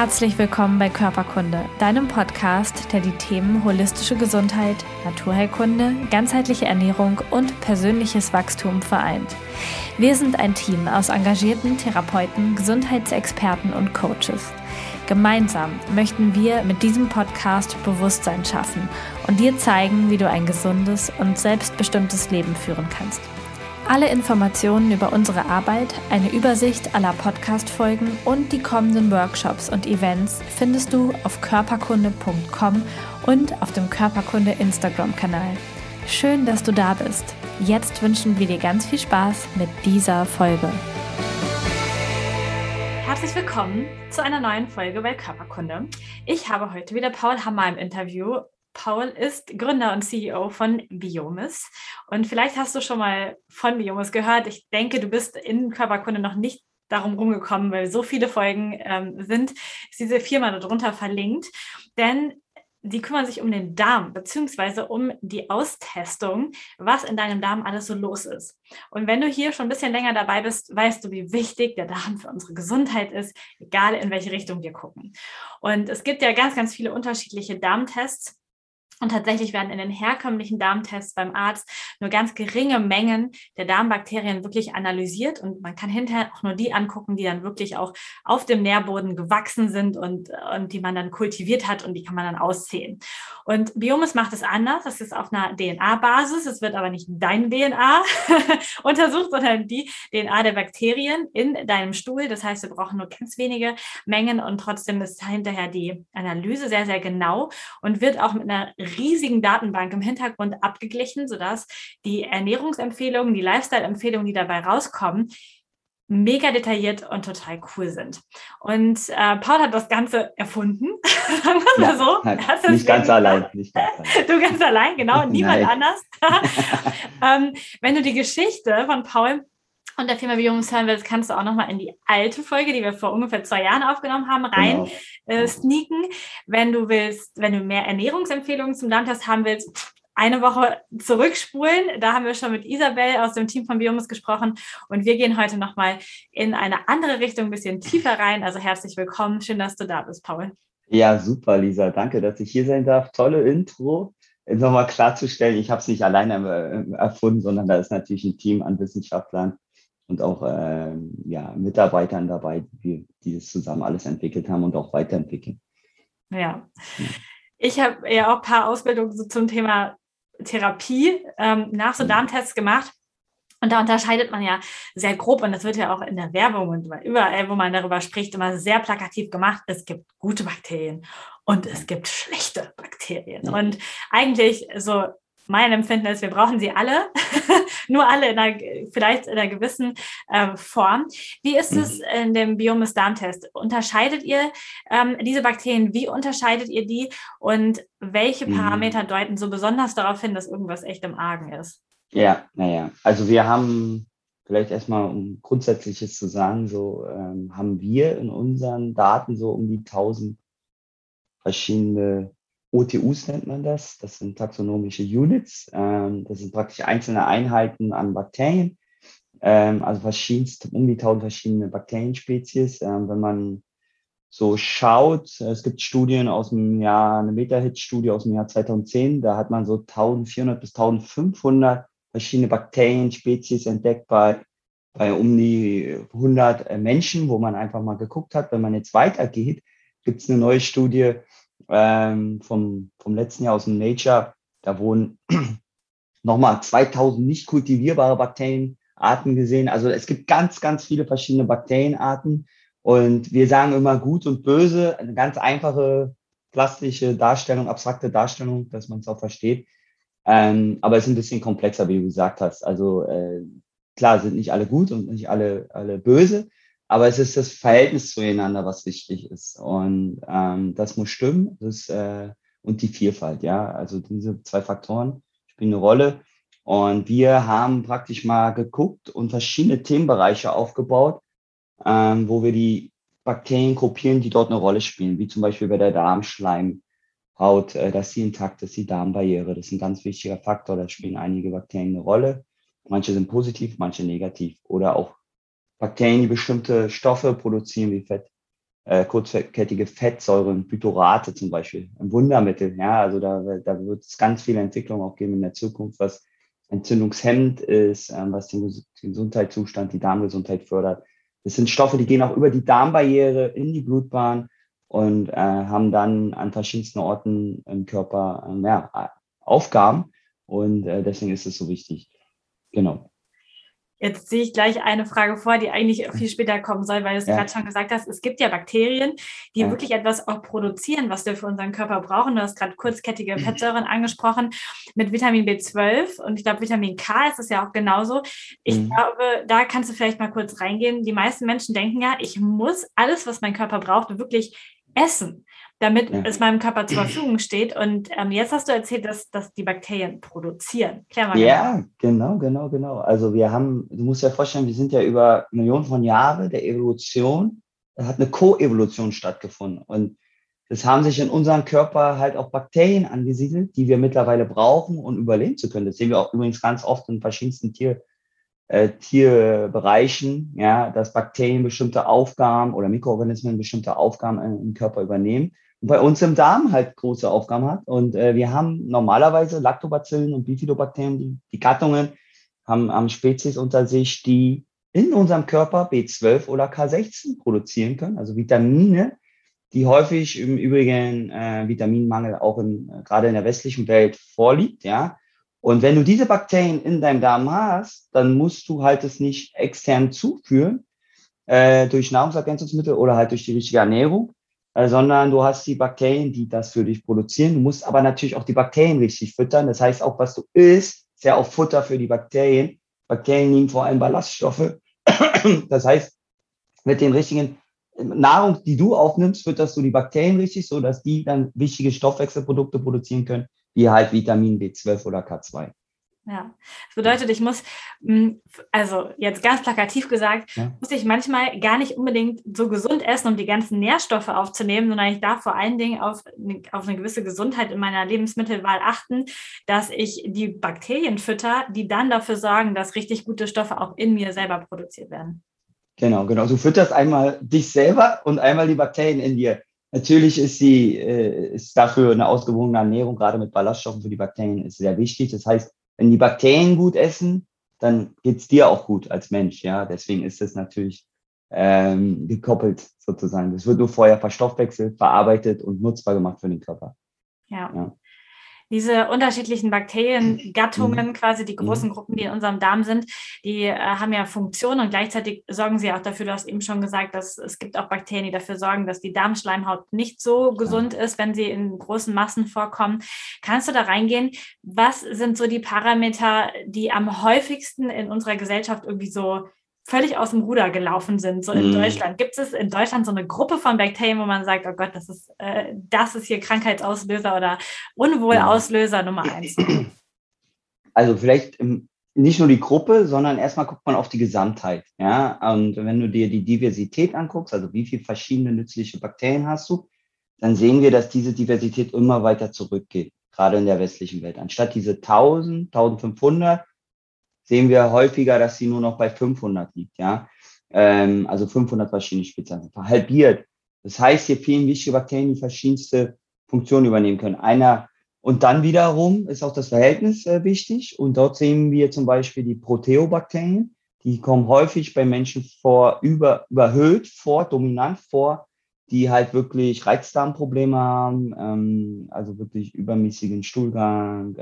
Herzlich willkommen bei Körperkunde, deinem Podcast, der die Themen holistische Gesundheit, Naturheilkunde, ganzheitliche Ernährung und persönliches Wachstum vereint. Wir sind ein Team aus engagierten Therapeuten, Gesundheitsexperten und Coaches. Gemeinsam möchten wir mit diesem Podcast Bewusstsein schaffen und dir zeigen, wie du ein gesundes und selbstbestimmtes Leben führen kannst. Alle Informationen über unsere Arbeit, eine Übersicht aller Podcast-Folgen und die kommenden Workshops und Events findest du auf körperkunde.com und auf dem Körperkunde Instagram-Kanal. Schön, dass du da bist. Jetzt wünschen wir dir ganz viel Spaß mit dieser Folge. Herzlich willkommen zu einer neuen Folge bei Körperkunde. Ich habe heute wieder Paul Hammer im Interview. Paul ist Gründer und CEO von Biomis und vielleicht hast du schon mal von Biomis gehört. Ich denke, du bist in Körperkunde noch nicht darum rumgekommen, weil so viele Folgen sind, ist diese Firma darunter verlinkt, denn die kümmern sich um den Darm beziehungsweise um die Austestung, was in deinem Darm alles so los ist. Und wenn du hier schon ein bisschen länger dabei bist, weißt du, wie wichtig der Darm für unsere Gesundheit ist, egal in welche Richtung wir gucken. Und es gibt ja ganz, ganz viele unterschiedliche Darmtests. Und tatsächlich werden in den herkömmlichen Darmtests beim Arzt nur ganz geringe Mengen der Darmbakterien wirklich analysiert. Und man kann hinterher auch nur die angucken, die dann wirklich auch auf dem Nährboden gewachsen sind und die man dann kultiviert hat und die kann man dann auszählen. Und Biomis macht es anders. Das ist auf einer DNA-Basis. Es wird aber nicht deine DNA untersucht, sondern die DNA der Bakterien in deinem Stuhl. Das heißt, wir brauchen nur ganz wenige Mengen und trotzdem ist hinterher die Analyse sehr, sehr genau und wird auch mit einer riesigen Datenbank im Hintergrund abgeglichen, sodass die Ernährungsempfehlungen, die Lifestyle-Empfehlungen, die dabei rauskommen, mega detailliert und total cool sind. Und Paul hat das Ganze erfunden. Ja, so. Nicht ganz allein. Du ganz allein, genau, niemand anders. Wenn du die Geschichte von Paul und der Firma Biomis hören willst, kannst du auch nochmal in die alte Folge, die wir vor ungefähr 2 Jahren aufgenommen haben, rein sneaken. Wenn du mehr Ernährungsempfehlungen zum Darmtest haben willst, eine Woche zurückspulen. Da haben wir schon mit Isabel aus dem Team von Biomis gesprochen und wir gehen heute nochmal in eine andere Richtung, ein bisschen tiefer rein. Also herzlich willkommen. Schön, dass du da bist, Paul. Ja, super, Lisa. Danke, dass ich hier sein darf. Tolle Intro. Nochmal klarzustellen, ich habe es nicht alleine erfunden, sondern da ist natürlich ein Team an Wissenschaftlern und auch Mitarbeitern dabei, die das zusammen alles entwickelt haben und auch weiterentwickeln. Ja, ich habe ja auch ein paar Ausbildungen so zum Thema Therapie nach so Darmtests gemacht. Und da unterscheidet man ja sehr grob, und das wird ja auch in der Werbung und überall, wo man darüber spricht, immer sehr plakativ gemacht. Es gibt gute Bakterien und es gibt schlechte Bakterien. Und eigentlich so mein Empfinden ist, wir brauchen sie alle, nur alle vielleicht in einer gewissen Form. Wie ist es in dem Biomis Darmtest? Unterscheidet ihr diese Bakterien? Wie unterscheidet ihr die? Und welche Parameter deuten so besonders darauf hin, dass irgendwas echt im Argen ist? Ja. Also wir haben, vielleicht erstmal um Grundsätzliches zu sagen, haben wir in unseren Daten so um die 1000 verschiedene OTUs nennt man das. Das sind taxonomische Units. Das sind praktisch einzelne Einheiten an Bakterien. Also um die 1000 verschiedene Bakterienspezies. Wenn man so schaut, es gibt Studien aus dem Jahr, eine Meta-Hit-Studie aus dem Jahr 2010, da hat man so 1400 bis 1500 verschiedene Bakterienspezies entdeckt bei um die 100 Menschen, wo man einfach mal geguckt hat. Wenn man jetzt weitergeht, gibt es eine neue Studie vom letzten Jahr aus dem Nature. Da wurden nochmal 2000 nicht kultivierbare Bakterienarten gesehen. Also es gibt ganz, ganz viele verschiedene Bakterienarten. Und wir sagen immer gut und böse, eine ganz einfache plastische Darstellung, abstrakte Darstellung, dass man es auch versteht. Aber es ist ein bisschen komplexer, wie du gesagt hast. Also klar sind nicht alle gut und nicht alle böse, aber es ist das Verhältnis zueinander, was wichtig ist. Und das muss stimmen. Und die Vielfalt, ja. Also diese 2 Faktoren spielen eine Rolle. Und wir haben praktisch mal geguckt und verschiedene Themenbereiche aufgebaut, wo wir die Bakterien gruppieren, die dort eine Rolle spielen, wie zum Beispiel bei der Darmschleimhaut, dass sie intakt ist, die Darmbarriere. Das ist ein ganz wichtiger Faktor, da spielen einige Bakterien eine Rolle. Manche sind positiv, manche negativ. Oder auch Bakterien, die bestimmte Stoffe produzieren, wie Fett, kurzkettige Fettsäuren, Butyrate zum Beispiel, ein Wundermittel. Ja, also da wird es ganz viele Entwicklungen auch geben in der Zukunft, was entzündungshemmend ist, was den Gesundheitszustand, die Darmgesundheit fördert. Das sind Stoffe, die gehen auch über die Darmbarriere in die Blutbahn und haben dann an verschiedensten Orten im Körper Aufgaben. Und deswegen ist es so wichtig. Genau. Jetzt sehe ich gleich eine Frage vor, die eigentlich viel später kommen soll, weil du es gerade schon gesagt hast, es gibt ja Bakterien, die wirklich etwas auch produzieren, was wir für unseren Körper brauchen. Du hast gerade kurzkettige Fettsäuren angesprochen mit Vitamin B12 und ich glaube, Vitamin K ist es ja auch genauso. Ich glaube, da kannst du vielleicht mal kurz reingehen. Die meisten Menschen denken ja, ich muss alles, was mein Körper braucht, wirklich essen, damit es meinem Körper zur Verfügung steht. Und jetzt hast du erzählt, dass die Bakterien produzieren. Klär mal Genau. Also du musst dir vorstellen, wir sind ja über Millionen von Jahren der Evolution, da hat eine Koevolution stattgefunden. Und es haben sich in unserem Körper halt auch Bakterien angesiedelt, die wir mittlerweile brauchen, um überleben zu können. Das sehen wir auch übrigens ganz oft in verschiedensten Tierbereichen, ja, dass Bakterien bestimmte Aufgaben oder Mikroorganismen bestimmte Aufgaben im Körper übernehmen und bei uns im Darm halt große Aufgaben hat. Und wir haben normalerweise Lactobacillen und Bifidobakterien, die Gattungen haben Spezies unter sich, die in unserem Körper B12 oder K16 produzieren können, also Vitamine, die häufig im Übrigen Vitaminmangel auch gerade in der westlichen Welt vorliegt, ja. Und wenn du diese Bakterien in deinem Darm hast, dann musst du halt es nicht extern zuführen, durch Nahrungsergänzungsmittel oder halt durch die richtige Ernährung, sondern du hast die Bakterien, die das für dich produzieren. Du musst aber natürlich auch die Bakterien richtig füttern. Das heißt, auch was du isst, ist ja auch Futter für die Bakterien. Bakterien lieben vor allem Ballaststoffe. Das heißt, mit den richtigen Nahrung, die du aufnimmst, fütterst du die Bakterien richtig, sodass die dann wichtige Stoffwechselprodukte produzieren können, wie halt Vitamin B12 oder K2. Ja, das bedeutet, ich muss, also jetzt ganz plakativ gesagt, muss ich manchmal gar nicht unbedingt so gesund essen, um die ganzen Nährstoffe aufzunehmen, sondern ich darf vor allen Dingen auf eine gewisse Gesundheit in meiner Lebensmittelwahl achten, dass ich die Bakterien fütter, die dann dafür sorgen, dass richtig gute Stoffe auch in mir selber produziert werden. Genau. Du fütterst einmal dich selber und einmal die Bakterien in dir. Natürlich ist dafür eine ausgewogene Ernährung, gerade mit Ballaststoffen für die Bakterien, ist sehr wichtig. Das heißt, wenn die Bakterien gut essen, dann geht es dir auch gut als Mensch. Ja, deswegen ist es natürlich gekoppelt sozusagen. Das wird nur vorher verstoffwechselt, verarbeitet und nutzbar gemacht für den Körper. Ja. Diese unterschiedlichen Bakteriengattungen, quasi die großen Gruppen, die in unserem Darm sind, die haben ja Funktionen und gleichzeitig sorgen sie auch dafür, du hast eben schon gesagt, dass es gibt auch Bakterien, die dafür sorgen, dass die Darmschleimhaut nicht so gesund ist, wenn sie in großen Massen vorkommen. Kannst du da reingehen? Was sind so die Parameter, die am häufigsten in unserer Gesellschaft irgendwie so völlig aus dem Ruder gelaufen sind, so in Deutschland? Gibt es in Deutschland so eine Gruppe von Bakterien, wo man sagt, oh Gott, das ist hier Krankheitsauslöser oder Unwohlauslöser Nummer 1? Also vielleicht nicht nur die Gruppe, sondern erstmal guckt man auf die Gesamtheit. Ja? Und wenn du dir die Diversität anguckst, also wie viele verschiedene nützliche Bakterien hast du, dann sehen wir, dass diese Diversität immer weiter zurückgeht, gerade in der westlichen Welt. Anstatt diese 1000, 1500 sehen wir häufiger, dass sie nur noch bei 500 liegt, ja. Also 500 verschiedene Spezies, halbiert. Das heißt, hier fehlen wichtige Bakterien, die verschiedenste Funktionen übernehmen können. Und dann wiederum ist auch das Verhältnis wichtig. Und dort sehen wir zum Beispiel die Proteobakterien. Die kommen häufig bei Menschen überhöht vor, dominant vor, die halt wirklich Reizdarmprobleme haben, also wirklich übermäßigen Stuhlgang,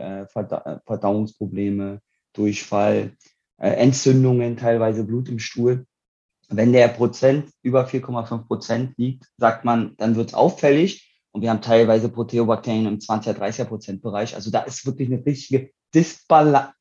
Verdauungsprobleme, Durchfall, Entzündungen, teilweise Blut im Stuhl. Wenn der Prozent über 4,5% liegt, sagt man, dann wird es auffällig. Und wir haben teilweise Proteobakterien im 20er, 30er% Bereich. Also da ist wirklich eine richtige Disbalance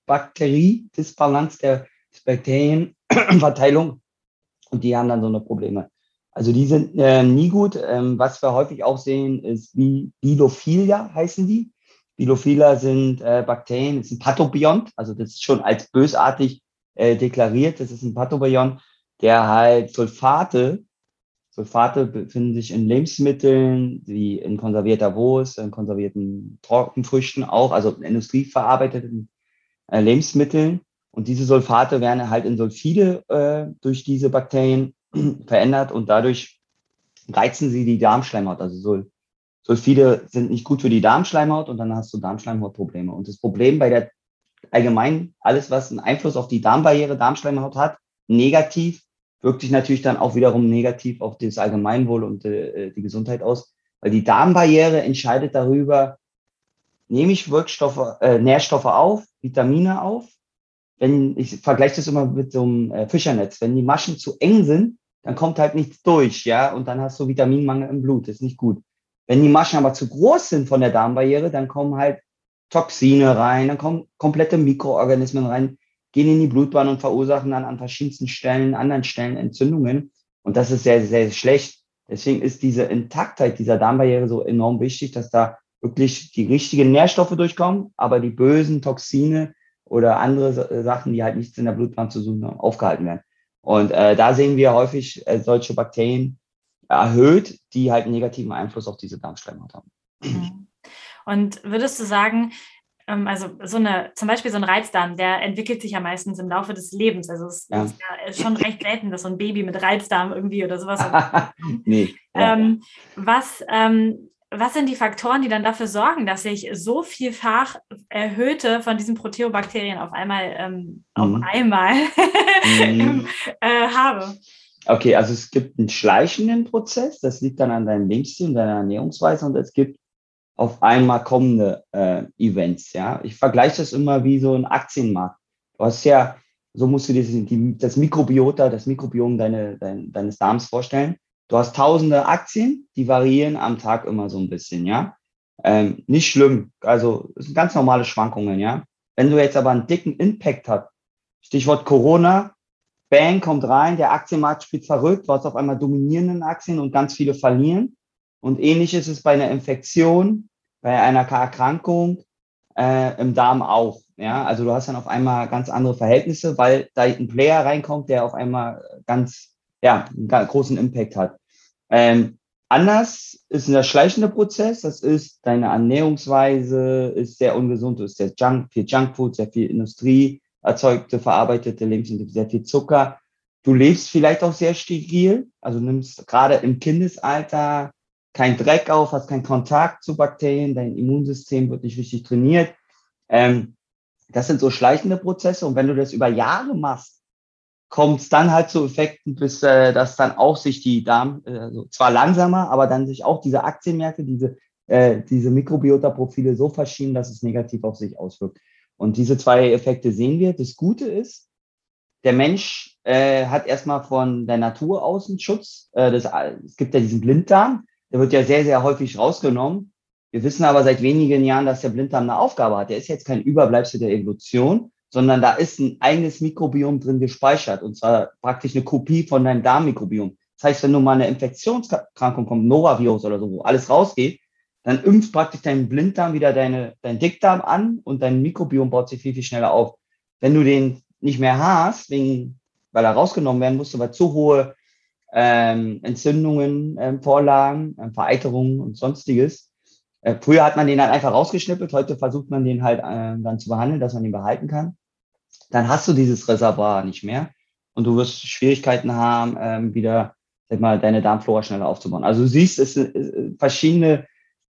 der Bakterienverteilung. Und die haben dann so eine Probleme. Also die sind nie gut. Was wir häufig auch sehen, ist wie Bilophila heißen die. Bilophila sind Bakterien, das ist ein Pathobiont, also das ist schon als bösartig deklariert, das ist ein Pathobiont, der halt Sulfate befinden sich in Lebensmitteln, wie in konservierter Wurst, in konservierten Trockenfrüchten auch, also in industrieverarbeiteten Lebensmitteln. Und diese Sulfate werden halt in Sulfide durch diese Bakterien verändert und dadurch reizen sie die Darmschleimhaut. Also Sulfide sind nicht gut für die Darmschleimhaut und dann hast du Darmschleimhautprobleme. Und das Problem bei der allgemein, alles, was einen Einfluss auf die Darmbarriere, Darmschleimhaut hat, negativ, wirkt sich natürlich dann auch wiederum negativ auf das Allgemeinwohl und die Gesundheit aus. Weil die Darmbarriere entscheidet darüber, nehme ich Nährstoffe auf, Vitamine auf. Ich vergleiche das immer mit so einem Fischernetz. Wenn die Maschen zu eng sind, dann kommt halt nichts durch, ja, und dann hast du Vitaminmangel im Blut. Das ist nicht gut. Wenn die Maschen aber zu groß sind von der Darmbarriere, dann kommen halt Toxine rein, dann kommen komplette Mikroorganismen rein, gehen in die Blutbahn und verursachen dann an verschiedensten Stellen, anderen Stellen Entzündungen. Und das ist sehr, sehr schlecht. Deswegen ist diese Intaktheit dieser Darmbarriere so enorm wichtig, dass da wirklich die richtigen Nährstoffe durchkommen, aber die bösen Toxine oder andere Sachen, die halt nichts in der Blutbahn zu suchen haben, aufgehalten werden. Und da sehen wir häufig solche Bakterien erhöht, die halt einen negativen Einfluss auf diese Darmschleimhaut haben. Und würdest du sagen, also zum Beispiel so ein Reizdarm, der entwickelt sich ja meistens im Laufe des Lebens. Also es ist schon recht selten, dass so ein Baby mit Reizdarm irgendwie oder sowas. Nee. Was sind die Faktoren, die dann dafür sorgen, dass ich so vielfach erhöhte von diesen Proteobakterien auf einmal habe? Okay, also es gibt einen schleichenden Prozess, das liegt dann an deinem Lebensstil und deiner Ernährungsweise, und es gibt auf einmal kommende Events. Ja, ich vergleiche das immer wie so ein Aktienmarkt. Du hast ja, so musst du dir das Mikrobiom deines Darms vorstellen. Du hast tausende Aktien, die variieren am Tag immer so ein bisschen, ja. Nicht schlimm, also es sind ganz normale Schwankungen, ja. Wenn du jetzt aber einen dicken Impact hast, Stichwort Corona, Bang, kommt rein, der Aktienmarkt spielt verrückt, du hast auf einmal dominierende Aktien und ganz viele verlieren. Und ähnlich ist es bei einer Infektion, bei einer Erkrankung im Darm auch. Ja? Also du hast dann auf einmal ganz andere Verhältnisse, weil da ein Player reinkommt, der auf einmal einen ganz großen Impact hat. Anders ist ein schleichender Prozess, das ist, deine Ernährungsweise ist sehr ungesund, du isst viel Junkfood, sehr viel Industrie, erzeugte, verarbeitete Lebensmittel, sehr viel Zucker. Du lebst vielleicht auch sehr steril, also nimmst gerade im Kindesalter kein Dreck auf, hast keinen Kontakt zu Bakterien, dein Immunsystem wird nicht richtig trainiert. Das sind so schleichende Prozesse, und wenn du das über Jahre machst, kommt es dann halt zu Effekten, bis dass dann auch sich die zwar langsamer, aber dann sich auch diese Aktienmärkte, diese Mikrobiota-Profile so verschieben, dass es negativ auf sich auswirkt. Und diese zwei Effekte sehen wir. Das Gute ist, der Mensch hat erstmal von der Natur aus einen Schutz. Es gibt ja diesen Blinddarm, der wird ja sehr, sehr häufig rausgenommen. Wir wissen aber seit wenigen Jahren, dass der Blinddarm eine Aufgabe hat. Der ist jetzt kein Überbleibsel der Evolution, sondern da ist ein eigenes Mikrobiom drin gespeichert, und zwar praktisch eine Kopie von deinem Darmmikrobiom. Das heißt, wenn du mal eine Infektionserkrankung kommt, Norovirus oder so, wo alles rausgeht, dann impft praktisch dein Blinddarm wieder dein Dickdarm an und dein Mikrobiom baut sich viel, viel schneller auf. Wenn du den nicht mehr hast, weil er rausgenommen werden musste, weil zu hohe Entzündungen vorlagen, Vereiterungen und sonstiges. Früher hat man den halt einfach rausgeschnippelt, heute versucht man den halt dann zu behandeln, dass man ihn behalten kann. Dann hast du dieses Reservoir nicht mehr und du wirst Schwierigkeiten haben, wieder, sag mal, deine Darmflora schneller aufzubauen. Also du siehst, es sind verschiedene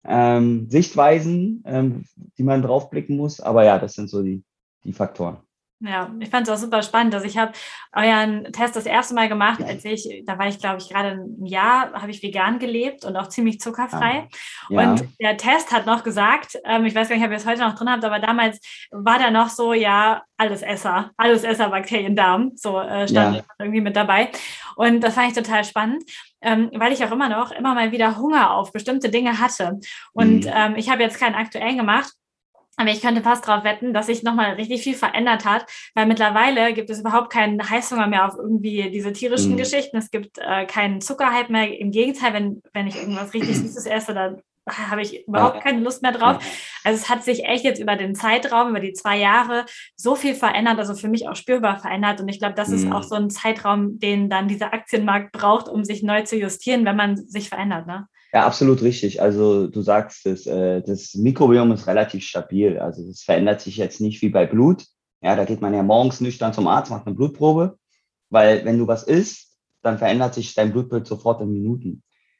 Sichtweisen, die man draufblicken muss, aber ja, das sind so die Faktoren. Ja, ich fand es auch super spannend. Also ich habe euren Test das erste Mal gemacht, da war ich, glaube ich, gerade ein Jahr, habe ich vegan gelebt und auch ziemlich zuckerfrei. Ja. Und der Test hat noch gesagt, ich weiß gar nicht, ob ihr es heute noch drin habt, aber damals war da noch so, ja, Allesesser, Bakteriendarm, so stand irgendwie mit dabei. Und das fand ich total spannend, weil ich auch immer mal wieder Hunger auf bestimmte Dinge hatte. Und ich habe jetzt keinen aktuellen gemacht. Aber ich könnte fast darauf wetten, dass sich nochmal richtig viel verändert hat, weil mittlerweile gibt es überhaupt keinen Heißhunger mehr auf irgendwie diese tierischen Geschichten. Es gibt keinen Zuckerhype mehr. Im Gegenteil, wenn ich irgendwas richtig Süßes esse, dann habe ich überhaupt keine Lust mehr drauf. Also es hat sich echt jetzt über den Zeitraum, über die 2 Jahre so viel verändert, also für mich auch spürbar verändert. Und ich glaube, das ist auch so ein Zeitraum, den dann dieser Aktienmarkt braucht, um sich neu zu justieren, wenn man sich verändert, ne? Ja, absolut richtig. Also du sagst es, das Mikrobiom ist relativ stabil. Also es verändert sich jetzt nicht wie bei Blut. Ja, da geht man ja morgens nüchtern zum Arzt, macht eine Blutprobe, weil wenn du was isst, dann verändert sich dein Blutbild sofort in Minuten.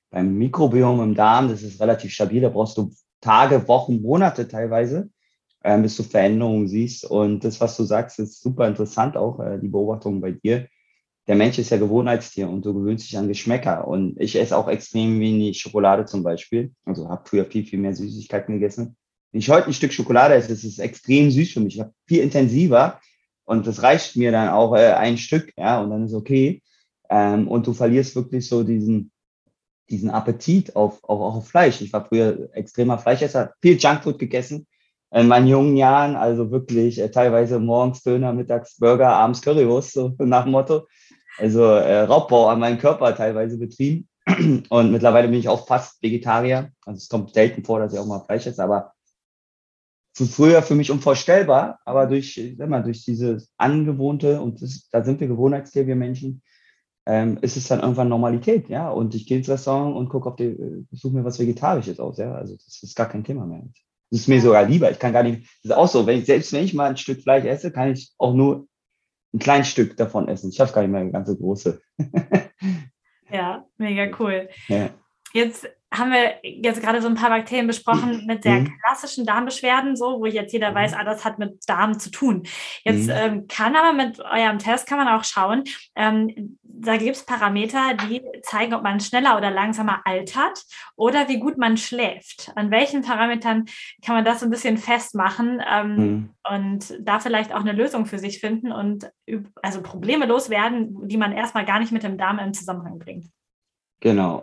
Beim Mikrobiom im Darm, das ist relativ stabil, da brauchst du Tage, Wochen, Monate teilweise, bis du Veränderungen siehst. Und das, was du sagst, ist super interessant auch, die Beobachtung bei dir. Der Mensch ist ja Gewohnheitstier und du gewöhnst dich an Geschmäcker. Und ich esse auch extrem wenig Schokolade zum Beispiel. Also habe früher viel, viel mehr Süßigkeiten gegessen. Wenn ich heute ein Stück Schokolade esse, ist es extrem süß für mich. Ich habe viel intensiver und das reicht mir dann auch ein Stück, ja, und dann ist okay. Und du verlierst wirklich so diesen Appetit auch auf Fleisch. Ich war früher extremer Fleischesser, viel Junkfood gegessen in meinen jungen Jahren, also wirklich teilweise morgens Döner, mittags Burger, abends Currywurst, so nach dem Motto. Also Raubbau an meinem Körper teilweise betrieben. Und mittlerweile bin ich auch fast Vegetarier. Also es kommt selten vor, dass ich auch mal Fleisch esse, aber früher für mich unvorstellbar, aber durch dieses Angewohnte, und da sind wir Gewohnheitstier, wir Menschen, ist es dann irgendwann Normalität, ja. Und ich gehe ins Restaurant und suche mir was Vegetarisches aus, ja. Also das ist gar kein Thema mehr. Das ist mir sogar lieber. Ich kann gar nicht, das ist auch so, selbst wenn ich mal ein Stück Fleisch esse, kann ich auch nur ein kleines Stück davon essen. Ich schaffe gar nicht mehr eine ganze große. Ja, mega cool. Ja. Jetzt haben wir jetzt gerade so ein paar Bakterien besprochen mit sehr klassischen Darmbeschwerden, so, wo jetzt jeder weiß, das hat mit Darm zu tun. Jetzt kann aber mit eurem Test kann man auch schauen, da gibt es Parameter, die zeigen, ob man schneller oder langsamer altert oder wie gut man schläft. An welchen Parametern kann man das so ein bisschen festmachen und da vielleicht auch eine Lösung für sich finden und also Probleme loswerden, die man erstmal gar nicht mit dem Darm in Zusammenhang bringt. Genau.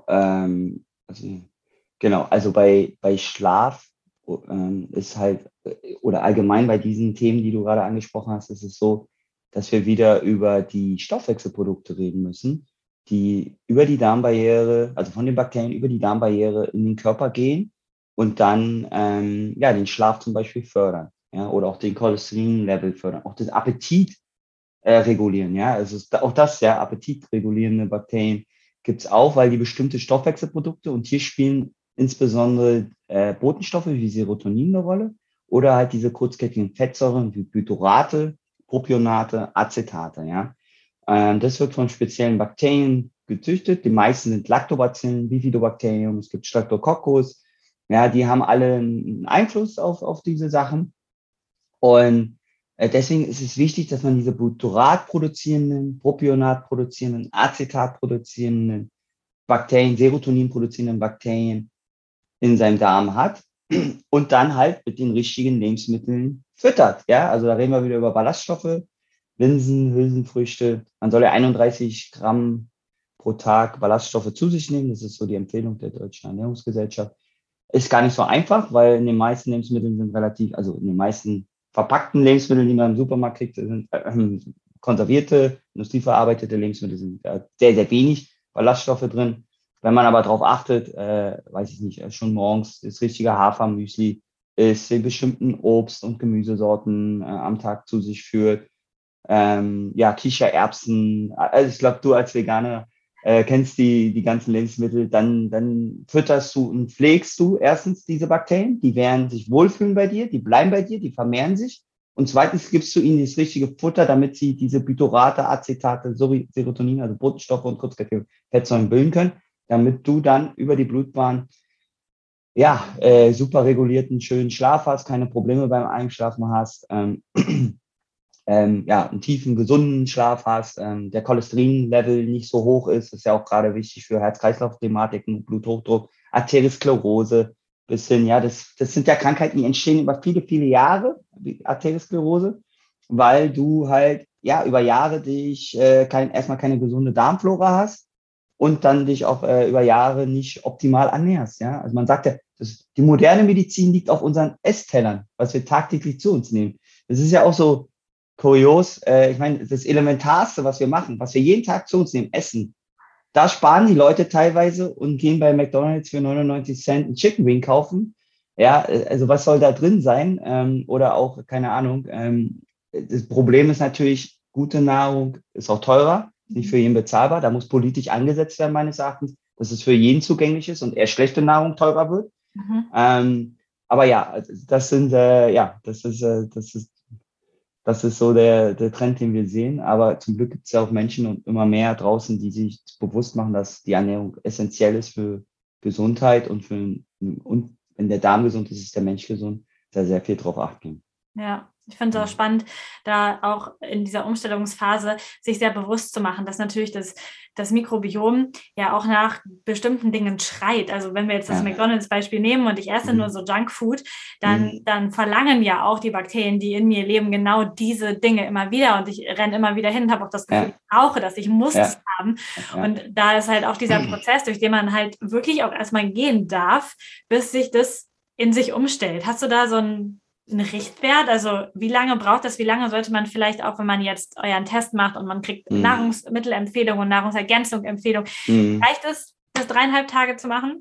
Also bei Schlaf ist halt, oder allgemein bei diesen Themen, die du gerade angesprochen hast, ist es so, dass wir wieder über die Stoffwechselprodukte reden müssen, die über die Darmbarriere, also von den Bakterien über die Darmbarriere in den Körper gehen und dann den Schlaf zum Beispiel fördern, ja, oder auch den Cholesterinlevel fördern, auch den Appetit regulieren, ja, also auch das, ja, appetitregulierende Bakterien gibt es auch, weil die bestimmte Stoffwechselprodukte, und hier spielen insbesondere Botenstoffe wie Serotonin eine Rolle oder halt diese kurzkettigen Fettsäuren wie Butyrate, Propionate, Acetate. Ja? Das wird von speziellen Bakterien gezüchtet. Die meisten sind Lactobacillen, Bifidobakterien, es gibt Streptococcus. Ja, die haben alle einen Einfluss auf diese Sachen. Und deswegen ist es wichtig, dass man diese Butyrat produzierenden, Propionat produzierenden, Acetat produzierenden Bakterien, Serotonin produzierenden Bakterien in seinem Darm hat und dann halt mit den richtigen Lebensmitteln füttert. Ja, also da reden wir wieder über Ballaststoffe, Linsen, Hülsenfrüchte. Man soll ja 31 Gramm pro Tag Ballaststoffe zu sich nehmen. Das ist so die Empfehlung der Deutschen Ernährungsgesellschaft. Ist gar nicht so einfach, weil in den meisten Lebensmitteln also in den meisten verpackten Lebensmittel, die man im Supermarkt kriegt, sind konservierte, industrieverarbeitete Lebensmittel, sind sehr, sehr wenig Ballaststoffe drin. Wenn man aber darauf achtet, weiß ich nicht, schon morgens das richtige Hafermüsli ist, den bestimmten Obst- und Gemüsesorten am Tag zu sich führt, Kichererbsen, also ich glaube, du als Veganer kennst die ganzen Lebensmittel, dann fütterst du und pflegst du erstens diese Bakterien, die werden sich wohlfühlen bei dir, die bleiben bei dir, die vermehren sich. Und zweitens gibst du ihnen das richtige Futter, damit sie diese Butyrate, Acetate, Serotonin, also Botenstoffe und kurzkettige Fettsäuren bilden können, damit du dann über die Blutbahn super regulierten, schönen Schlaf hast, keine Probleme beim Einschlafen hast, einen tiefen, gesunden Schlaf hast, der Cholesterinlevel nicht so hoch ist ja auch gerade wichtig für Herz-Kreislauf-Thematiken, Bluthochdruck, Arteriosklerose bis hin, das sind ja Krankheiten, die entstehen über viele, viele Jahre, wie Arteriosklerose, weil du halt, über Jahre dich erstmal keine gesunde Darmflora hast und dann dich auch über Jahre nicht optimal ernährst, ja. Also man sagt ja, die moderne Medizin liegt auf unseren Esstellern, was wir tagtäglich zu uns nehmen. Das ist ja auch so kurios. Ich meine, das Elementarste, was wir machen, was wir jeden Tag zu uns nehmen, Essen, da sparen die Leute teilweise und gehen bei McDonald's für 99 Cent einen Chicken Wing kaufen. Ja, also was soll da drin sein? Oder auch, keine Ahnung. Das Problem ist natürlich, gute Nahrung ist auch teurer, nicht für jeden bezahlbar. Da muss politisch angesetzt werden, meines Erachtens, dass es für jeden zugänglich ist und eher schlechte Nahrung teurer wird. Aber ja, das ist so der Trend, den wir sehen. Aber zum Glück gibt es ja auch Menschen und immer mehr draußen, die sich bewusst machen, dass die Ernährung essentiell ist für Gesundheit und wenn der Darm gesund ist, ist der Mensch gesund, da sehr viel drauf achten. Ja, ich finde es auch spannend, da auch in dieser Umstellungsphase sich sehr bewusst zu machen, dass natürlich das Mikrobiom ja auch nach bestimmten Dingen schreit. Also wenn wir jetzt das McDonald's-Beispiel nehmen und ich esse nur so Junkfood, dann verlangen ja auch die Bakterien, die in mir leben, genau diese Dinge immer wieder und ich renne immer wieder hin und habe auch das Gefühl, ich brauche das, ich muss es haben. Und da ist halt auch dieser Prozess, durch den man halt wirklich auch erstmal gehen darf, bis sich das in sich umstellt. Hast du da so einen Richtwert? Also wie lange braucht das? Wie lange sollte man vielleicht auch, wenn man jetzt euren Test macht und man kriegt Nahrungsmittelempfehlungen und Nahrungsergänzungsempfehlungen, reicht es, das 3,5 Tage zu machen?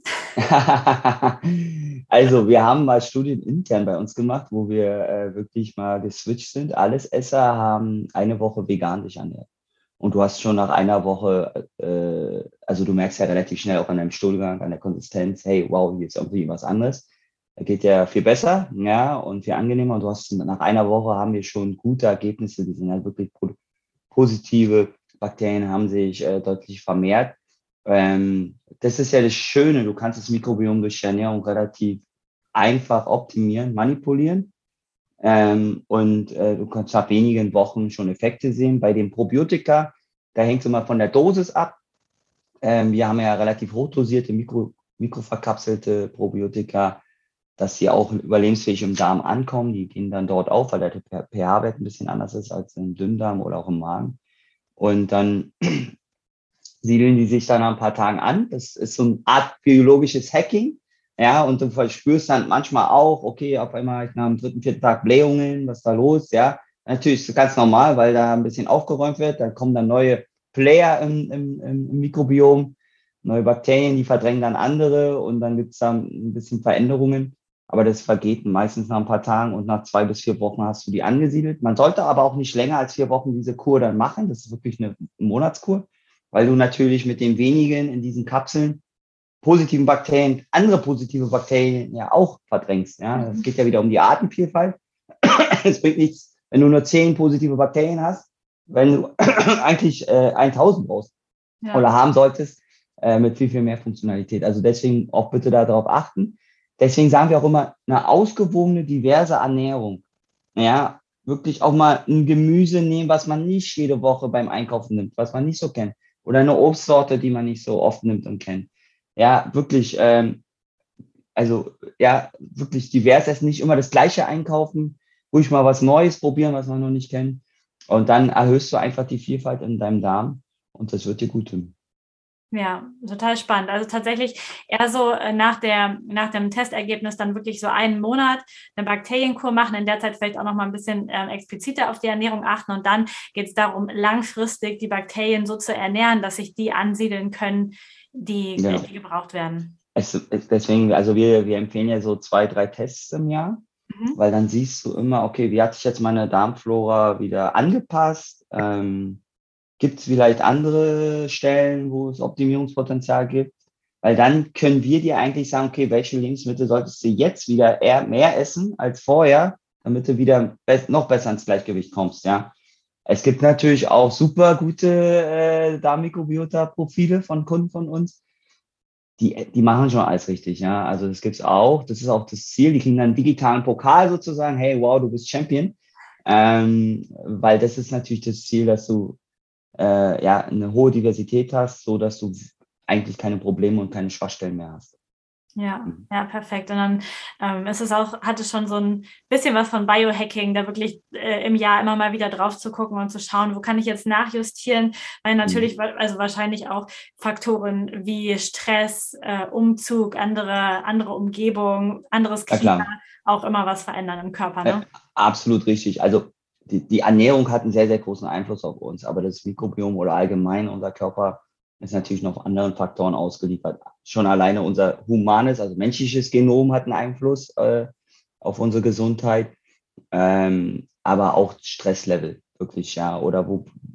Also wir haben mal Studien intern bei uns gemacht, wo wir wirklich mal geswitcht sind. Alles Esser haben eine Woche vegan sich ernährt. Und du hast schon nach einer Woche, also du merkst ja relativ schnell auch an deinem Stuhlgang, an der Konsistenz, hey, wow, hier ist irgendwie was anderes. Da geht ja viel besser, ja, und viel angenehmer. Und du hast nach einer Woche haben wir schon gute Ergebnisse. Die sind halt wirklich positive. Bakterien haben sich deutlich vermehrt. Das ist ja das Schöne. Du kannst das Mikrobiom durch die Ernährung relativ einfach optimieren, manipulieren. Und du kannst nach wenigen Wochen schon Effekte sehen. Bei den Probiotika, da hängt es immer von der Dosis ab. Wir haben ja relativ hochdosierte, mikroverkapselte Probiotika, dass sie auch überlebensfähig im Darm ankommen. Die gehen dann dort auf, weil der pH-Wert ein bisschen anders ist als im Dünndarm oder auch im Magen. Und dann siedeln die sich dann nach ein paar Tagen an. Das ist so eine Art biologisches Hacking. Ja, und du verspürst dann manchmal auch, okay, auf einmal nach dem 3., 4. Tag Blähungen, was ist da los? Ja, natürlich ist das ganz normal, weil da ein bisschen aufgeräumt wird. Dann kommen dann neue Player im Mikrobiom, neue Bakterien, die verdrängen dann andere und dann gibt es da ein bisschen Veränderungen. Aber das vergeht meistens nach ein paar Tagen und nach 2 bis 4 Wochen hast du die angesiedelt. Man sollte aber auch nicht länger als 4 Wochen diese Kur dann machen. Das ist wirklich eine Monatskur, weil du natürlich mit den wenigen in diesen Kapseln positiven Bakterien, andere positive Bakterien ja auch verdrängst. Ja, es geht ja wieder um die Artenvielfalt. Es bringt nichts, wenn du nur 10 positive Bakterien hast, wenn du eigentlich 1000 brauchst oder haben solltest mit viel, viel mehr Funktionalität. Also deswegen auch bitte darauf achten. Deswegen sagen wir auch immer, eine ausgewogene, diverse Ernährung. Ja, wirklich auch mal ein Gemüse nehmen, was man nicht jede Woche beim Einkaufen nimmt, was man nicht so kennt. Oder eine Obstsorte, die man nicht so oft nimmt und kennt. Ja, wirklich, wirklich divers essen, nicht immer das Gleiche einkaufen, ruhig mal was Neues probieren, was man noch nicht kennt. Und dann erhöhst du einfach die Vielfalt in deinem Darm und das wird dir gut tun. Ja, total spannend. Also tatsächlich eher so nach dem Testergebnis dann wirklich so einen Monat eine Bakterienkur machen, in der Zeit vielleicht auch noch mal ein bisschen expliziter auf die Ernährung achten und dann geht es darum, langfristig die Bakterien so zu ernähren, dass sich die ansiedeln können, die gebraucht werden. Deswegen, also wir empfehlen ja so 2, 3 Tests im Jahr, weil dann siehst du immer, okay, wie hat sich jetzt meine Darmflora wieder angepasst? Gibt es vielleicht andere Stellen, wo es Optimierungspotenzial gibt? Weil dann können wir dir eigentlich sagen, okay, welche Lebensmittel solltest du jetzt wieder eher mehr essen als vorher, damit du wieder noch besser ins Gleichgewicht kommst, ja. Es gibt natürlich auch super gute Darmmikrobiota-Profile von Kunden von uns. Die machen schon alles richtig, ja. Also das gibt's auch. Das ist auch das Ziel. Die kriegen dann einen digitalen Pokal sozusagen. Hey, wow, du bist Champion. Weil das ist natürlich das Ziel, dass du eine hohe Diversität hast, so dass du eigentlich keine Probleme und keine Schwachstellen mehr hast. Ja, perfekt. Und dann ist es auch, hat es schon so ein bisschen was von Biohacking, da wirklich im Jahr immer mal wieder drauf zu gucken und zu schauen, wo kann ich jetzt nachjustieren, weil natürlich, also wahrscheinlich auch Faktoren wie Stress, Umzug, andere Umgebung, anderes Klima auch immer was verändern im Körper. Ne? Absolut richtig. Also die Ernährung hat einen sehr, sehr großen Einfluss auf uns, aber das Mikrobiom oder allgemein unser Körper ist natürlich noch anderen Faktoren ausgeliefert. Schon alleine unser humanes, also menschliches Genom hat einen Einfluss auf unsere Gesundheit, aber auch Stresslevel wirklich, ja. Oder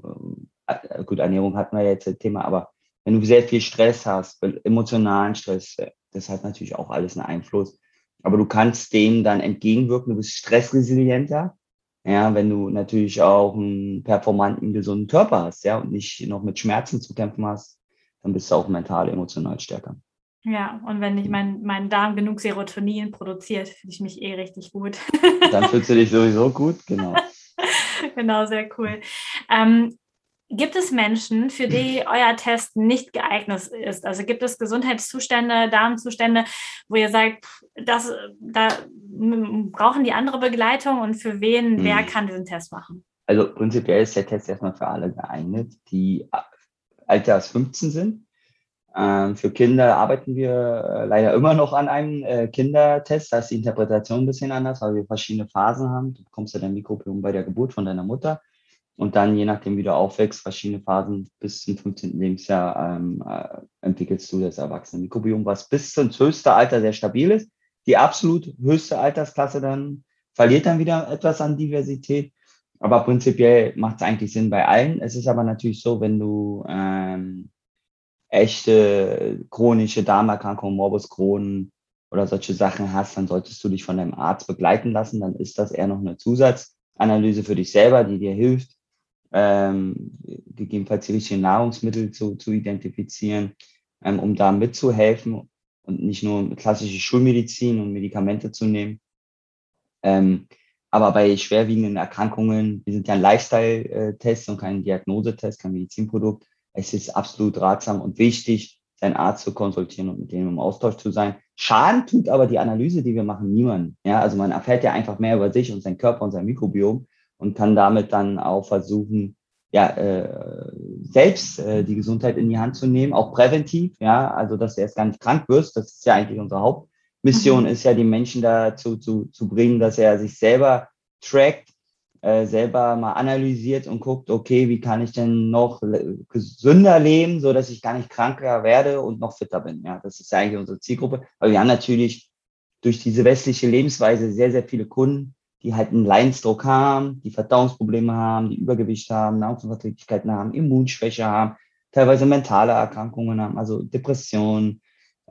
gut, Ernährung hatten wir jetzt das Thema, aber wenn du sehr viel Stress hast, emotionalen Stress, das hat natürlich auch alles einen Einfluss. Aber du kannst dem dann entgegenwirken, du bist stressresilienter. Ja, wenn du natürlich auch einen performanten, gesunden Körper hast, ja, und nicht noch mit Schmerzen zu kämpfen hast, dann bist du auch mental, emotional stärker. Ja, und wenn ich mein Darm genug Serotonin produziert, fühle ich mich richtig gut. Dann fühlst du dich sowieso gut, genau. Genau, sehr cool. Gibt es Menschen, für die euer Test nicht geeignet ist? Also gibt es Gesundheitszustände, Darmzustände, wo ihr sagt, da brauchen die andere Begleitung und für wen, wer kann diesen Test machen? Also prinzipiell ist der Test erstmal für alle geeignet, die alters 15 sind. Für Kinder arbeiten wir leider immer noch an einem Kindertest. Da ist die Interpretation ein bisschen anders, weil wir verschiedene Phasen haben. Du bekommst ja dein Mikrobiom bei der Geburt von deiner Mutter und dann, je nachdem, wie du aufwächst, verschiedene Phasen bis zum 15. Lebensjahr entwickelst du das erwachsene Mikrobiom, was bis ins höchste Alter sehr stabil ist. Die absolut höchste Altersklasse dann verliert dann wieder etwas an Diversität. Aber prinzipiell macht es eigentlich Sinn bei allen. Es ist aber natürlich so, wenn du echte chronische Darmerkrankungen, Morbus Crohn oder solche Sachen hast, dann solltest du dich von deinem Arzt begleiten lassen. Dann ist das eher noch eine Zusatzanalyse für dich selber, die dir hilft, gegebenenfalls die richtigen Nahrungsmittel zu identifizieren, um da mitzuhelfen und nicht nur klassische Schulmedizin und Medikamente zu nehmen. Aber bei schwerwiegenden Erkrankungen, wir sind ja ein Lifestyle-Test und kein Diagnosetest, kein Medizinprodukt. Es ist absolut ratsam und wichtig, seinen Arzt zu konsultieren und mit dem im Austausch zu sein. Schaden tut aber die Analyse, die wir machen, niemandem. Ja, also man erfährt ja einfach mehr über sich und seinen Körper und sein Mikrobiom und kann damit dann auch versuchen, ja, selbst die Gesundheit in die Hand zu nehmen, auch präventiv, ja, also dass du erst gar nicht krank wirst. Das ist ja eigentlich unsere Hauptmission, ist ja, die Menschen dazu zu bringen, dass er sich selber trackt, selber mal analysiert und guckt, okay, wie kann ich denn noch gesünder leben, so dass ich gar nicht kranker werde und noch fitter bin. Ja, das ist ja eigentlich unsere Zielgruppe. Aber wir haben natürlich durch diese westliche Lebensweise sehr, sehr viele Kunden, die halt einen Leidensdruck haben, die Verdauungsprobleme haben, die Übergewicht haben, Nahrungsunverträglichkeiten haben, Immunschwäche haben, teilweise mentale Erkrankungen haben, also Depressionen.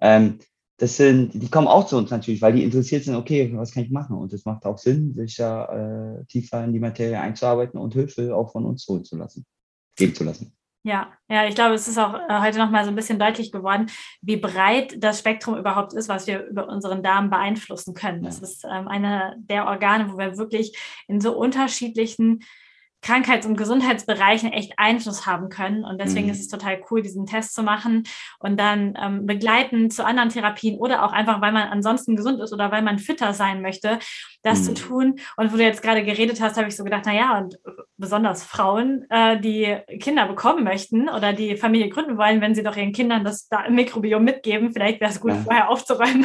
Die kommen auch zu uns natürlich, weil die interessiert sind, okay, was kann ich machen? Und es macht auch Sinn, sich da tiefer in die Materie einzuarbeiten und Hilfe auch von uns geben zu lassen. Ja, ich glaube, es ist auch heute noch mal so ein bisschen deutlich geworden, wie breit das Spektrum überhaupt ist, was wir über unseren Darm beeinflussen können. Das ist einer der Organe, wo wir wirklich in so unterschiedlichen Krankheits- und Gesundheitsbereichen echt Einfluss haben können. Und deswegen ist es total cool, diesen Test zu machen und dann begleitend zu anderen Therapien oder auch einfach, weil man ansonsten gesund ist oder weil man fitter sein möchte, das zu tun. Und wo du jetzt gerade geredet hast, habe ich so gedacht, naja, und besonders Frauen, die Kinder bekommen möchten oder die Familie gründen wollen, wenn sie doch ihren Kindern das Mikrobiom mitgeben, vielleicht wäre es gut, vorher aufzuräumen.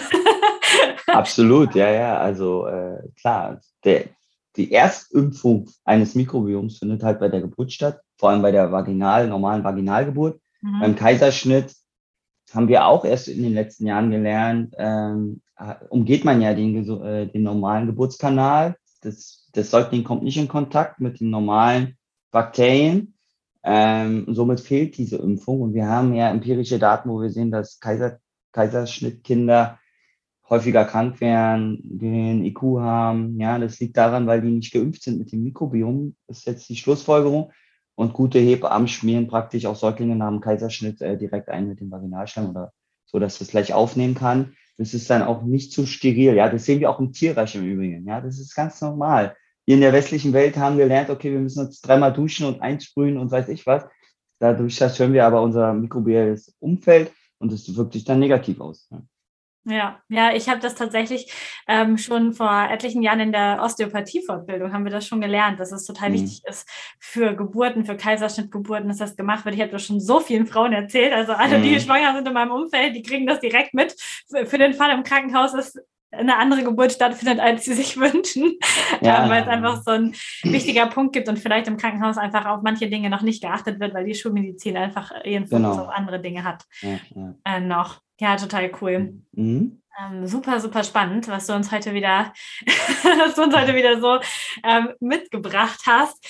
Absolut, ja. Also klar, die Erstimpfung eines Mikrobioms findet halt bei der Geburt statt, vor allem bei der normalen Vaginalgeburt. Beim Kaiserschnitt haben wir auch erst in den letzten Jahren gelernt, umgeht man ja den normalen Geburtskanal. Das Säugling kommt nicht in Kontakt mit den normalen Bakterien. Somit fehlt diese Impfung. Und wir haben ja empirische Daten, wo wir sehen, dass Kaiserschnittkinder häufiger krank werden, den IQ haben. Ja, das liegt daran, weil die nicht geimpft sind mit dem Mikrobiom. Das ist jetzt die Schlussfolgerung. Und gute Hebammen schmieren praktisch auch Säuglinge nach dem Kaiserschnitt direkt ein mit dem Vaginalschleim oder so, dass das gleich aufnehmen kann. Das ist dann auch nicht zu steril. Ja, das sehen wir auch im Tierreich im Übrigen. Ja, das ist ganz normal. Wir in der westlichen Welt haben gelernt, okay, wir müssen uns 3-mal duschen und einsprühen und weiß ich was. Dadurch zerstören wir aber unser mikrobielles Umfeld und das wirkt sich dann negativ aus. Ja, ich habe das tatsächlich schon vor etlichen Jahren in der Osteopathie-Fortbildung haben wir das schon gelernt, dass es total wichtig ist für Geburten, für Kaiserschnittgeburten, dass das gemacht wird. Ich habe das schon so vielen Frauen erzählt, also alle, die schwanger sind in meinem Umfeld, die kriegen das direkt mit. Für den Fall im Krankenhaus ist eine andere Geburt stattfindet, als sie sich wünschen, weil es einfach so ein wichtiger Punkt gibt und vielleicht im Krankenhaus einfach auf manche Dinge noch nicht geachtet wird, weil die Schulmedizin einfach ihren Fokus auf andere Dinge hat. Noch. Ja, total cool. Super, super spannend, was du uns heute wieder, so mitgebracht hast.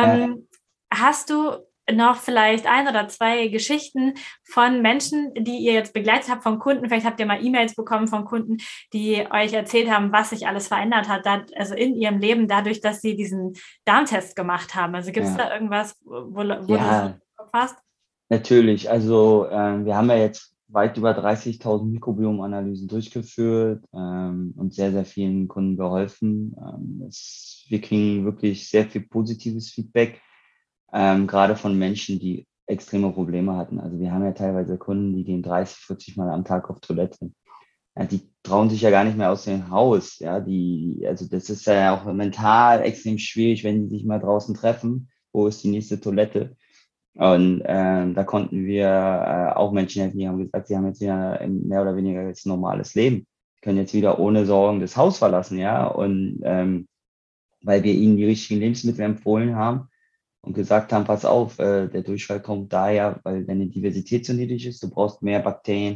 Hast du noch vielleicht 1 oder 2 Geschichten von Menschen, die ihr jetzt begleitet habt, von Kunden? Vielleicht habt ihr mal E-Mails bekommen von Kunden, die euch erzählt haben, was sich alles verändert hat, also in ihrem Leben, dadurch, dass sie diesen Darmtest gemacht haben. Also gibt es da irgendwas, wo du im Kopf hast? Natürlich. Also wir haben ja jetzt weit über 30.000 Mikrobiomanalysen durchgeführt und sehr, sehr vielen Kunden geholfen. Wir kriegen wirklich sehr viel positives Feedback, gerade von Menschen, die extreme Probleme hatten. Also wir haben ja teilweise Kunden, die gehen 30, 40 Mal am Tag auf Toilette. Ja, die trauen sich ja gar nicht mehr aus dem Haus. Ja, also das ist ja auch mental extrem schwierig, wenn die sich mal draußen treffen. Wo ist die nächste Toilette? Und da konnten wir auch Menschen helfen, die haben gesagt, sie haben jetzt wieder mehr oder weniger jetzt ein normales Leben, können jetzt wieder ohne Sorgen das Haus verlassen, ja. Und weil wir ihnen die richtigen Lebensmittel empfohlen haben und gesagt haben, pass auf, der Durchfall kommt daher, weil deine Diversität so niedrig ist, du brauchst mehr Bakterien,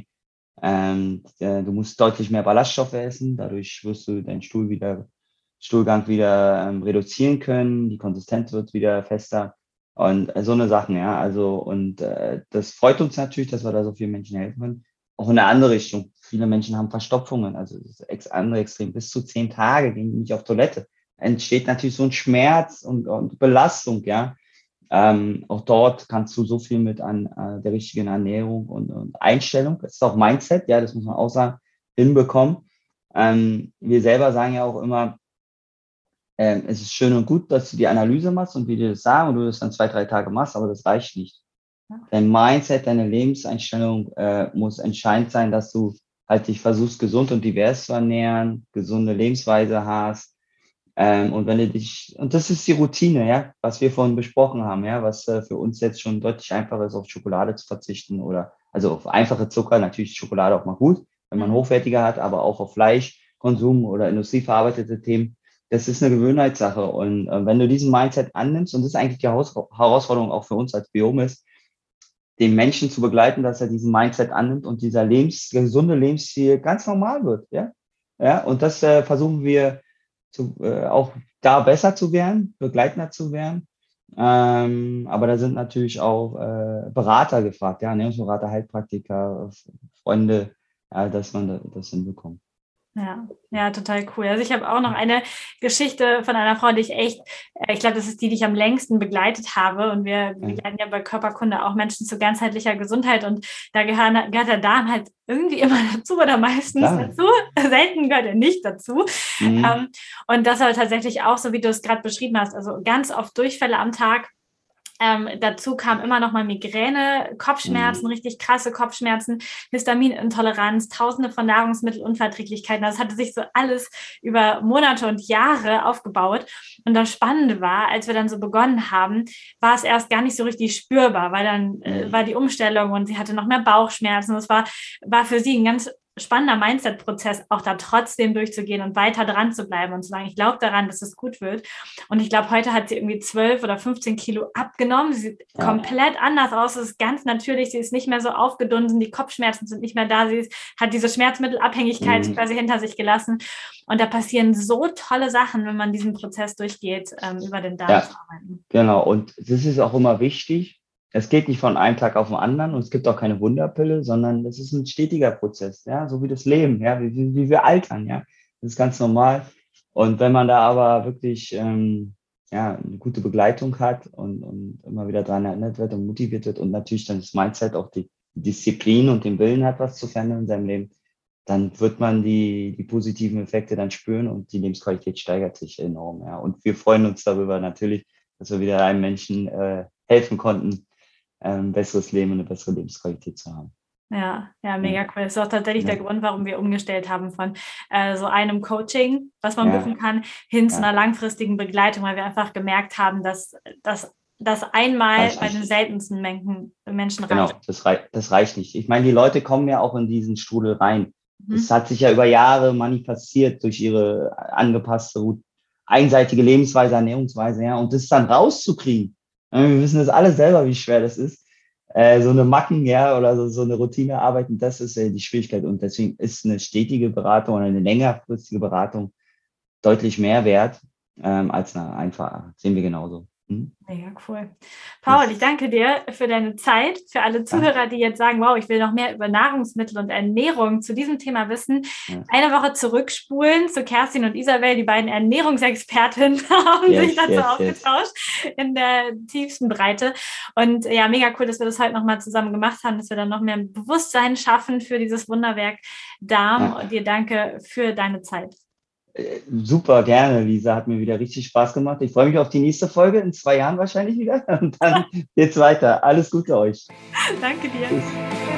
du musst deutlich mehr Ballaststoffe essen, dadurch wirst du deinen Stuhlgang wieder reduzieren können, die Konsistenz wird wieder fester und so eine Sachen, ja. Also, und das freut uns natürlich, dass wir da so vielen Menschen helfen können. Auch in eine andere Richtung. Viele Menschen haben Verstopfungen, also das andere Extrem. Bis zu 10 Tage gehen die nicht auf Toilette. Entsteht natürlich so ein Schmerz und Belastung, ja. Auch dort kannst du so viel mit an der richtigen Ernährung und Einstellung, das ist auch Mindset, ja, das muss man auch sagen, hinbekommen. Wir selber sagen ja auch immer, es ist schön und gut, dass du die Analyse machst und wir dir das sagen und du das dann 2, 3 Tage machst, aber das reicht nicht. Dein Mindset, deine Lebenseinstellung muss entscheidend sein, dass du halt dich versuchst, gesund und divers zu ernähren, gesunde Lebensweise hast. Und wenn du dich, und das ist die Routine, ja, was wir vorhin besprochen haben, ja, was für uns jetzt schon deutlich einfacher ist, auf Schokolade zu verzichten oder also auf einfache Zucker, natürlich ist Schokolade auch mal gut, wenn man hochwertiger hat, aber auch auf Fleischkonsum oder industrieverarbeitete Themen. Das ist eine Gewöhnheitssache. Und wenn du diesen Mindset annimmst, und das ist eigentlich die Herausforderung auch für uns als Biomis, den Menschen zu begleiten, dass er diesen Mindset annimmt und dieser gesunde Lebensstil ganz normal wird, ja. Ja, und das versuchen wir auch da besser zu werden, begleitender zu werden. Aber da sind natürlich auch Berater gefragt, ja, Ernährungsberater, Heilpraktiker, Freunde, ja, dass man das hinbekommt. Ja, ja, total cool. Also ich habe auch noch eine Geschichte von einer Frau, die ich echt, ich glaube, das ist die, die ich am längsten begleitet habe. Und wir begleiten ja bei Körperkunde auch Menschen zu ganzheitlicher Gesundheit. Und da gehört der Darm halt irgendwie immer dazu oder meistens dazu. Selten gehört er nicht dazu. Und das aber tatsächlich auch, so wie du es gerade beschrieben hast, also ganz oft Durchfälle am Tag. Dazu kam immer noch mal Migräne, Kopfschmerzen, richtig krasse Kopfschmerzen, Histaminintoleranz, tausende von Nahrungsmittelunverträglichkeiten. Das hatte sich so alles über Monate und Jahre aufgebaut. Und das Spannende war, als wir dann so begonnen haben, war es erst gar nicht so richtig spürbar, weil dann war die Umstellung und sie hatte noch mehr Bauchschmerzen. Das war für sie ein ganz spannender Mindset-Prozess, auch da trotzdem durchzugehen und weiter dran zu bleiben und zu sagen, ich glaube daran, dass es gut wird. Und ich glaube, heute hat sie irgendwie 12 oder 15 Kilo abgenommen. Sie sieht komplett anders aus. Es ist ganz natürlich. Sie ist nicht mehr so aufgedunsen. Die Kopfschmerzen sind nicht mehr da. Sie hat diese Schmerzmittelabhängigkeit quasi hinter sich gelassen. Und da passieren so tolle Sachen, wenn man diesen Prozess durchgeht, über den Darm zu arbeiten. Genau. Und das ist auch immer wichtig. Es geht nicht von einem Tag auf den anderen und es gibt auch keine Wunderpille, sondern es ist ein stetiger Prozess, ja, so wie das Leben, ja, wie wir altern, ja. Das ist ganz normal. Und wenn man da aber wirklich eine gute Begleitung hat und immer wieder daran erinnert wird und motiviert wird und natürlich dann das Mindset, auch die Disziplin und den Willen hat, was zu verändern in seinem Leben, dann wird man die positiven Effekte dann spüren und die Lebensqualität steigert sich enorm. Ja. Und wir freuen uns darüber natürlich, dass wir wieder einem Menschen helfen konnten, ein besseres Leben und eine bessere Lebensqualität zu haben. Ja, mega cool. Das ist auch tatsächlich der Grund, warum wir umgestellt haben von so einem Coaching, was man buchen kann, hin zu einer langfristigen Begleitung, weil wir einfach gemerkt haben, dass das einmal bei den seltensten Menschen reicht. Genau, das reicht nicht. Ich meine, die Leute kommen ja auch in diesen Strudel rein. Das hat sich ja über Jahre manifestiert durch ihre angepasste, einseitige Lebensweise, Ernährungsweise, ja, und das dann rauszukriegen. Wir wissen das alle selber, wie schwer das ist. So eine Macken, ja, oder so eine Routine arbeiten, das ist die Schwierigkeit. Und deswegen ist eine stetige Beratung oder eine längerfristige Beratung deutlich mehr wert als eine einfache. Sehen wir genauso. Hm? Mega cool. Paul, ich danke dir für deine Zeit. Für alle Zuhörer, die jetzt sagen, wow, ich will noch mehr über Nahrungsmittel und Ernährung zu diesem Thema wissen, eine Woche zurückspulen zu Kerstin und Isabel, die beiden Ernährungsexpertinnen, haben sich dazu ausgetauscht in der tiefsten Breite. Und ja, mega cool, dass wir das heute nochmal zusammen gemacht haben, dass wir dann noch mehr Bewusstsein schaffen für dieses Wunderwerk Darm. Und dir danke für deine Zeit. Super, gerne, Lisa. Hat mir wieder richtig Spaß gemacht. Ich freue mich auf die nächste Folge, in 2 Jahren wahrscheinlich wieder. Und dann geht's weiter. Alles Gute euch. Danke dir. Tschüss.